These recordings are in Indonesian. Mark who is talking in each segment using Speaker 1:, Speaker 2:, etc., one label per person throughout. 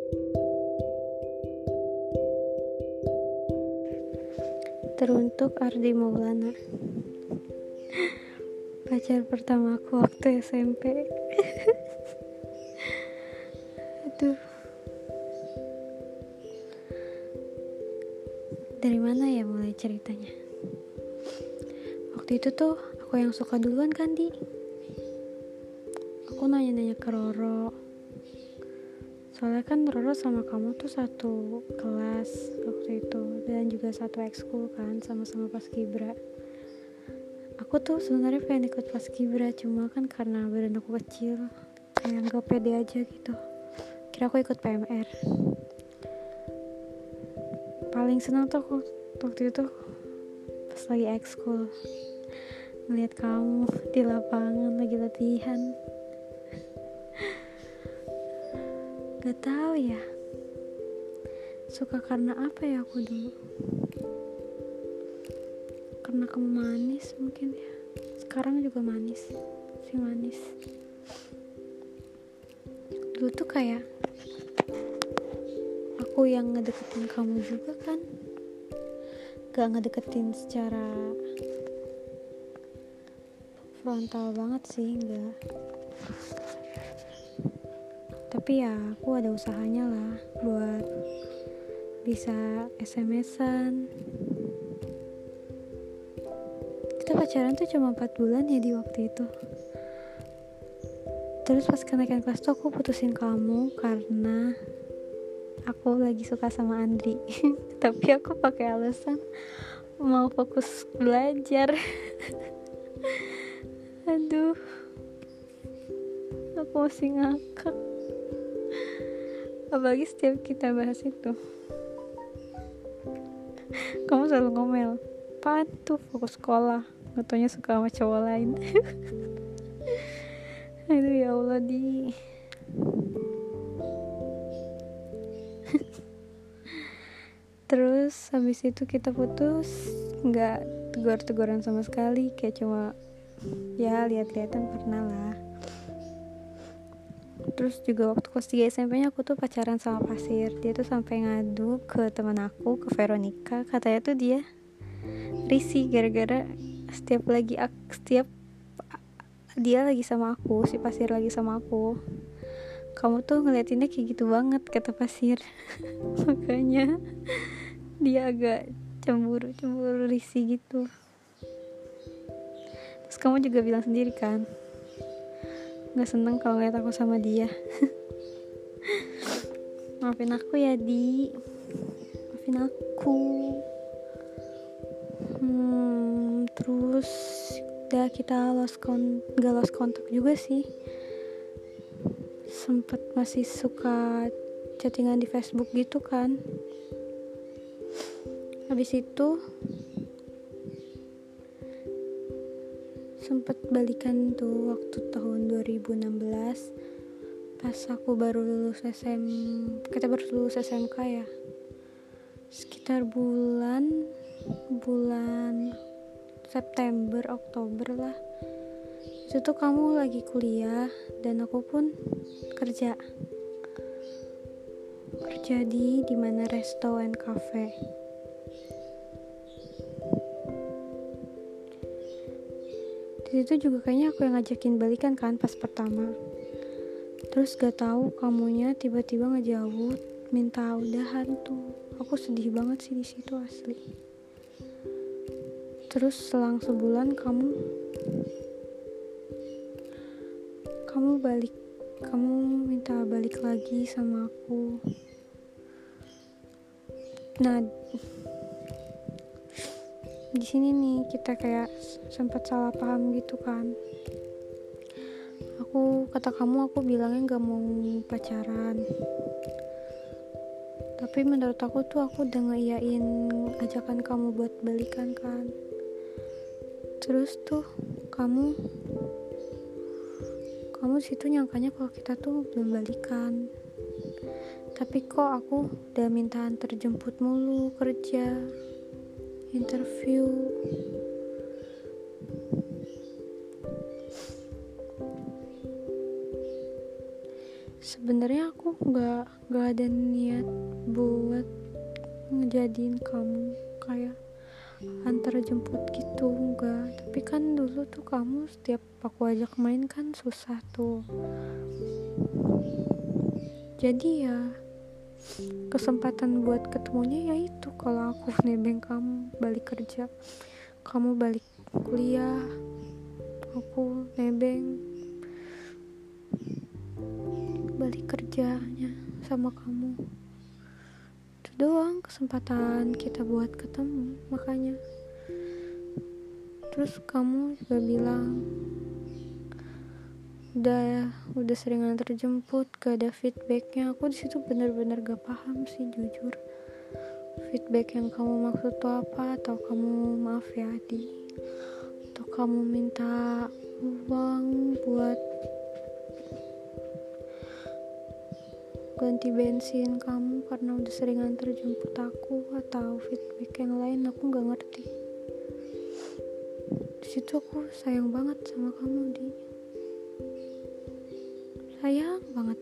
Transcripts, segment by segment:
Speaker 1: Teruntuk Ardi Maulana, pacar pertamaku waktu SMP. Aduh, dari mana ya mulai ceritanya? Waktu itu tuh aku yang suka duluan kan, Di. Aku nanya-nanya ke Roro, soalnya kan Roro sama kamu tuh satu kelas waktu itu, dan juga satu ekskul kan, sama-sama paskibra. Aku tuh sebenarnya pengen ikut paskibra, cuma kan karena badan aku kecil, kayak gak pede aja gitu. Kira aku ikut PMR. Paling senang tuh aku waktu itu pas lagi ekskul, ngeliat kamu di lapangan lagi latihan. Gak tahu ya, suka karena apa ya aku dulu. Karena kamu manis mungkin ya. Sekarang juga manis, si manis. Dulu tuh kayak aku yang ngedeketin kamu juga kan. Gak ngedeketin secara frontal banget sih, enggak. Tapi ya aku ada usahanya lah buat bisa SMS-an. Kita pacaran tuh cuma 4 bulan ya di waktu itu. Terus pas kenaikan kelas tuh aku putusin kamu karena aku lagi suka sama Andri. Tapi aku pakai alasan mau fokus belajar. Aduh, aku masih ngakak. Apalagi setiap kita bahas itu, kamu selalu ngomel, apaan tuh fokus sekolah, gak taunya suka sama cowok lain. Aduh ya Allah, Di. Terus habis itu kita putus, gak tegur-teguran sama sekali, kayak cuma ya lihat-lihatan pernah lah. Terus juga waktu kelas 3 SMP-nya aku tuh pacaran sama Pasir. Dia tuh sampai ngadu ke teman aku, ke Veronica. Katanya tuh dia risih gara-gara setiap dia lagi sama aku, si Pasir lagi sama aku, kamu tuh ngeliatinnya kayak gitu banget, kata Pasir. Makanya dia agak cemburu risih gitu. Terus kamu juga bilang sendiri kan, gak seneng kalau ngeliat aku sama dia. Maafin aku ya, Di. Maafin aku. Terus udah kita gak lost kontak juga sih. Sempet masih suka chattingan di Facebook gitu kan. Habis itu sempet balikan tuh waktu tahun 2016 pas aku baru lulus kita baru lulus SMK ya, sekitar bulan September Oktober lah. Itu tuh kamu lagi kuliah dan aku pun kerja di mana resto and cafe. Di situ juga kayaknya aku yang ngajakin balikan kan pas pertama. Terus gak tahu kamunya tiba-tiba ngejawab minta udahan tuh. Aku sedih banget sih di situ asli. Terus selang sebulan kamu minta balik lagi sama aku. Nah, di sini nih kita kayak sempat salah paham gitu kan. Kata kamu aku bilangnya gak mau pacaran, tapi menurut aku tuh aku udah ngeiyain ajakan kamu buat balikan kan. Terus tuh kamu situ nyangkanya kalau kita tuh belum balikan, tapi kok aku udah minta antar jemput mulu, kerja, interview. sebenarnya aku nggak ada niat buat ngejadiin kamu kayak antar jemput gitu, enggak. Tapi kan dulu tuh kamu setiap aku ajak main kan susah tuh, jadi ya kesempatan buat ketemunya yaitu kalau aku nebeng kamu balik kerja, kamu balik kuliah, aku nebeng balik kerjanya sama kamu. Itu doang kesempatan kita buat ketemu, makanya. Terus kamu juga bilang udah sering antar jemput, gak ada feedbacknya. Aku di situ bener-bener gak paham sih, jujur. Feedback yang kamu maksud tuh apa? Atau kamu, maaf ya Di, atau kamu minta uang buat ganti bensin kamu karena udah sering antar jemput aku, atau feedback yang lain, aku gak ngerti. Di situ aku sayang banget sama kamu, Di. Sayang banget.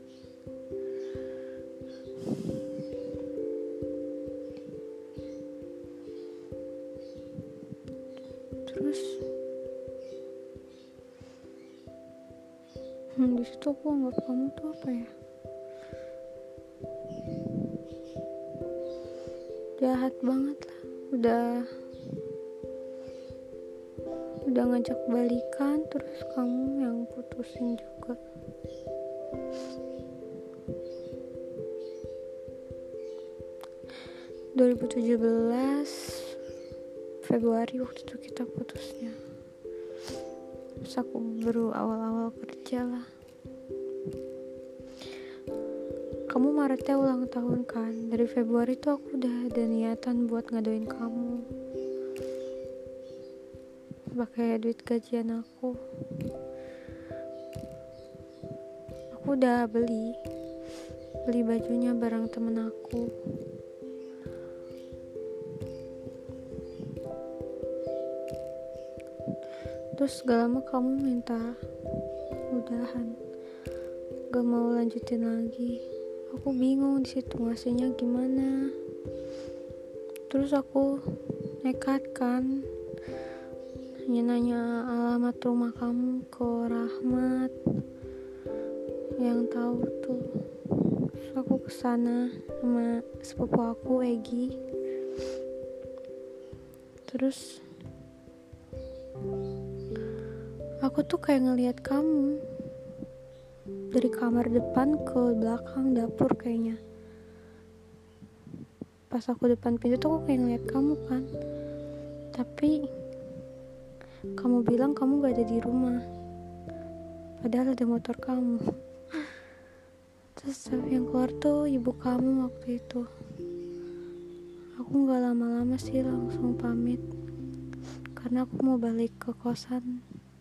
Speaker 1: Terus di situ aku anggap kamu tuh apa ya, jahat banget lah. Udah ngajak balikan, terus kamu yang putusin juga. Februari waktu itu kita putusnya. Terus aku baru awal-awal kerja lah. Kamu Maretnya ulang tahun kan. Dari Februari tuh aku udah ada niatan buat ngadoin kamu, pakai duit gajian aku udah beli bajunya bareng temen aku. Terus gak lama kamu minta udahan, gak mau lanjutin lagi. Aku bingung di situ ngasihnya gimana. Terus aku nekat kan, nanya alamat rumah kamu ke Rahmat yang tahu tuh. Terus aku kesana sama sepupu aku Egi. Terus aku tuh kayak ngelihat kamu dari kamar depan ke belakang dapur kayaknya. Pas aku depan pintu tuh aku kayak ngeliat kamu kan. Tapi kamu bilang kamu gak ada di rumah, padahal ada motor kamu. Terus yang keluar tuh ibu kamu waktu itu. Aku gak lama-lama sih, langsung pamit karena aku mau balik ke kosan.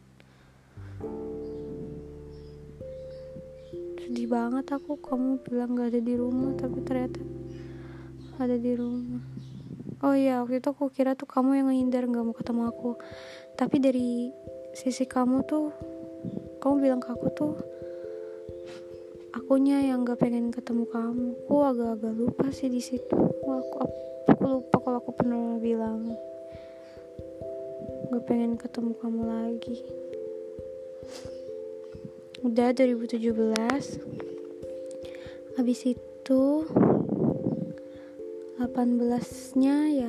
Speaker 1: Sedih banget aku, kamu bilang gak ada di rumah tapi ternyata ada di rumah. Oh iya, waktu itu aku kira tuh kamu yang ngehindar gak mau ketemu aku. Tapi dari sisi kamu tuh, kamu bilang ke aku tuh akunya yang gak pengen ketemu kamu. Aku agak-agak lupa sih di situ. Aku lupa kalau aku pernah bilang gak pengen ketemu kamu lagi. Udah 2017. Habis itu 18-nya ya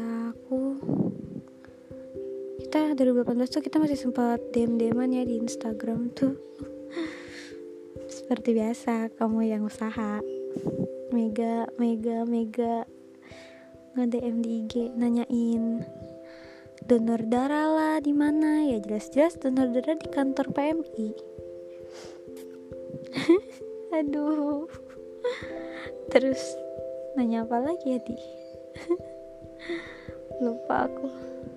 Speaker 1: kita 2018 tuh kita masih sempat DM-DMan ya di Instagram tuh. Seperti biasa, kamu yang usaha mega nge-DM di IG nanyain donor darah lah di mana. Ya jelas-jelas donor darah di kantor PMI. Aduh. Terus nanya apa lagi ya, Di? Lupa aku.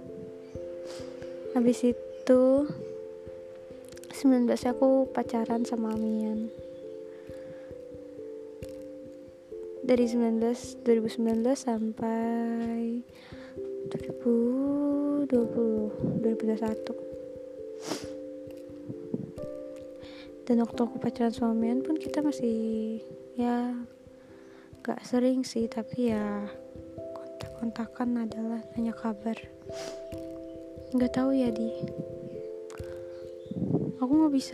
Speaker 1: Habis itu 19 aku pacaran sama Mian. Dari 2019 sampai 2021. Dan waktu aku pacaran sama Mian pun kita masih ya gak sering sih, tapi ya kontak-kontakan adalah nanya kabar. Gak tahu ya aku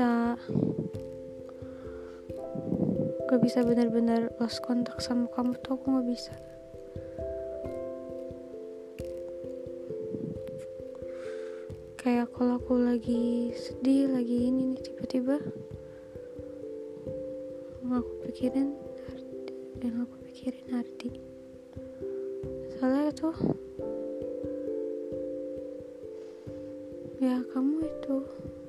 Speaker 1: gak bisa benar-benar lost kontak sama kamu tuh, aku gak bisa. Kayak kalau aku lagi sedih, lagi ini nih, tiba-tiba yang aku pikirin Ardi. Soalnya tuh ya kamu itu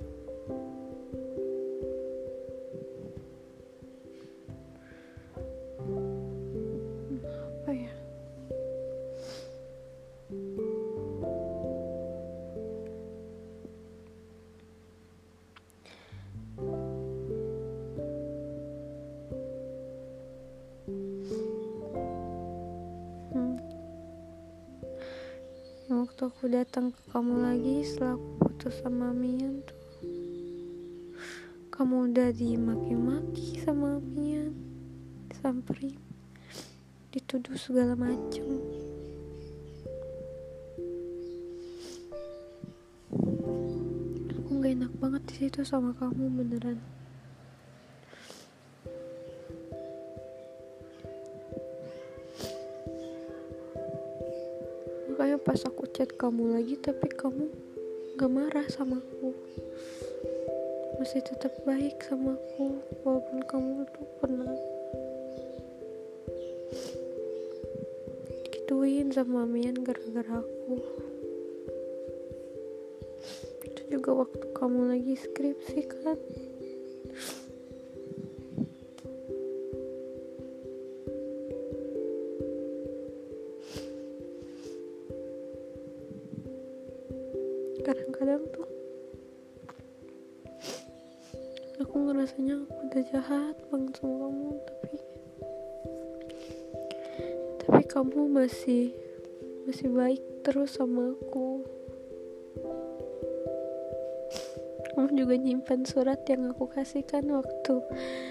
Speaker 1: apa ya, yang waktu aku datang ke kamu lagi setelah aku putus sama Mian tuh, kamu udah dimaki-maki sama Mian, disamperin, dituduh segala macem. Aku gak enak banget di situ sama kamu, beneran. Makanya pas aku chat kamu lagi, tapi kamu gak marah sama aku, masih tetap baik sama aku, walaupun kamu tuh pernah gituin sama Mian gara-gara aku. Itu juga waktu kamu lagi skripsi kan. Kadang-kadang tuh aku ngerasanya aku udah jahat banget sama kamu, tapi kamu masih baik terus sama aku. Kamu juga nyimpan surat yang aku kasihkan waktu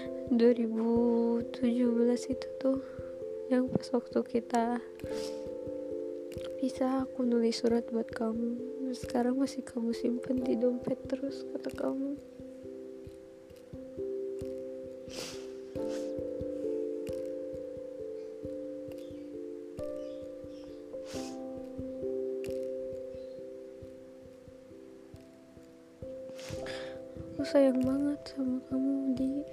Speaker 1: 2017 itu tuh, yang pas waktu kita pisah, aku nulis surat buat kamu. Sekarang masih kamu simpen di dompet terus, kata kamu. Aku sayang banget sama kamu,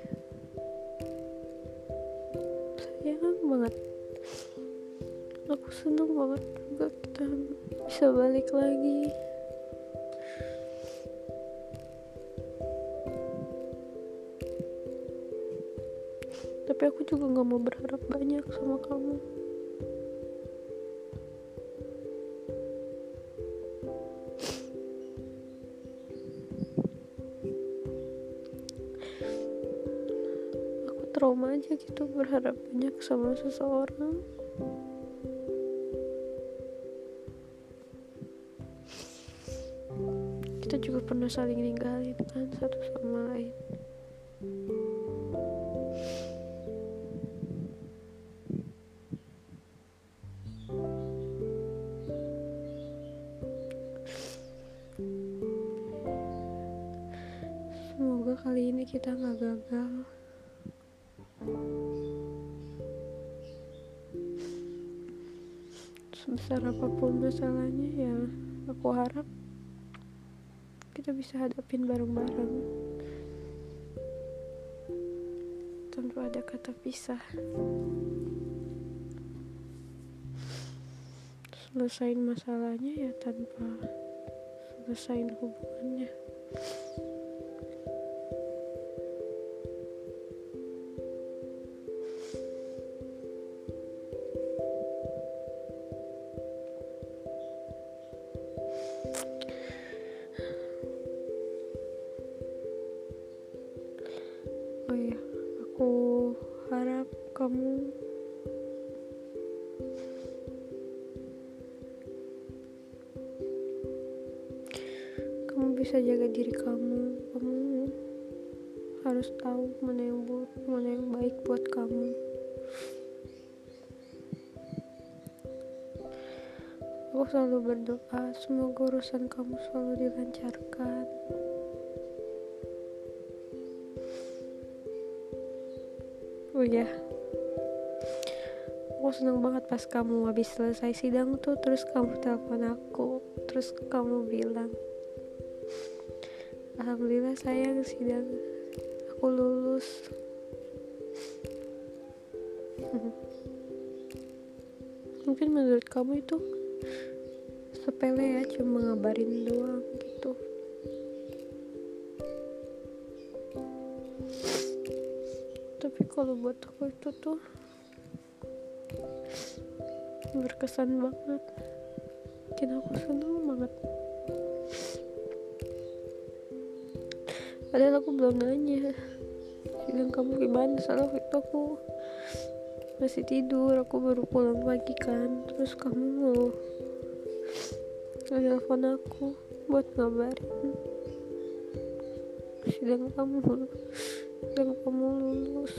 Speaker 1: sayang banget. Aku seneng banget juga kita bisa balik lagi. Tapi aku juga gak mau berharap banyak sama kamu. Aku trauma aja gitu berharap banyak sama seseorang. Kita juga pernah saling ninggalin kan satu sama lain. Semoga kali ini kita gak gagal. Sebesar apapun masalahnya, ya aku harap kita bisa hadapin bareng-bareng tanpa ada kata pisah. Selesain masalahnya ya tanpa selesain hubungannya. Oh iya, aku harap kamu bisa jaga diri kamu harus tahu mana yang buruk, mana yang baik buat kamu. Aku selalu berdoa semoga urusan kamu selalu dilancarkan. Oh ya, aku seneng banget pas kamu habis selesai sidang tuh, terus kamu telepon aku, terus kamu bilang, alhamdulillah sayang, sidang aku lulus. Mungkin menurut kamu itu sepele ya, cuma ngabarin doang gitu. Tapi kalau buat aku itu tuh berkesan banget, bikin aku seneng banget. Padahal aku belum nanya sidang kamu gimana, soalnya waktu itu aku masih tidur, aku baru pulang pagi kan. Terus kamu mau telepon aku buat ngabarin sidang kamu lulus.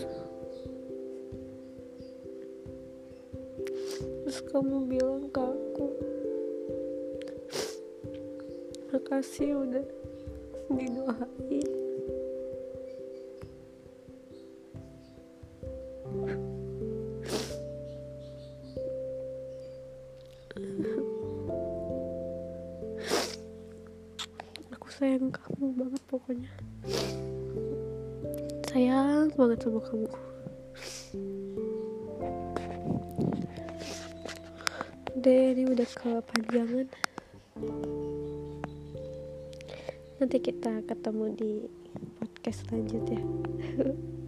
Speaker 1: Terus kamu bilang ke aku, makasih udah didoain. Aku sayang kamu banget, pokoknya sayang banget sama kamu. Udah, ini udah kepanjangan. Nanti kita ketemu di podcast selanjutnya.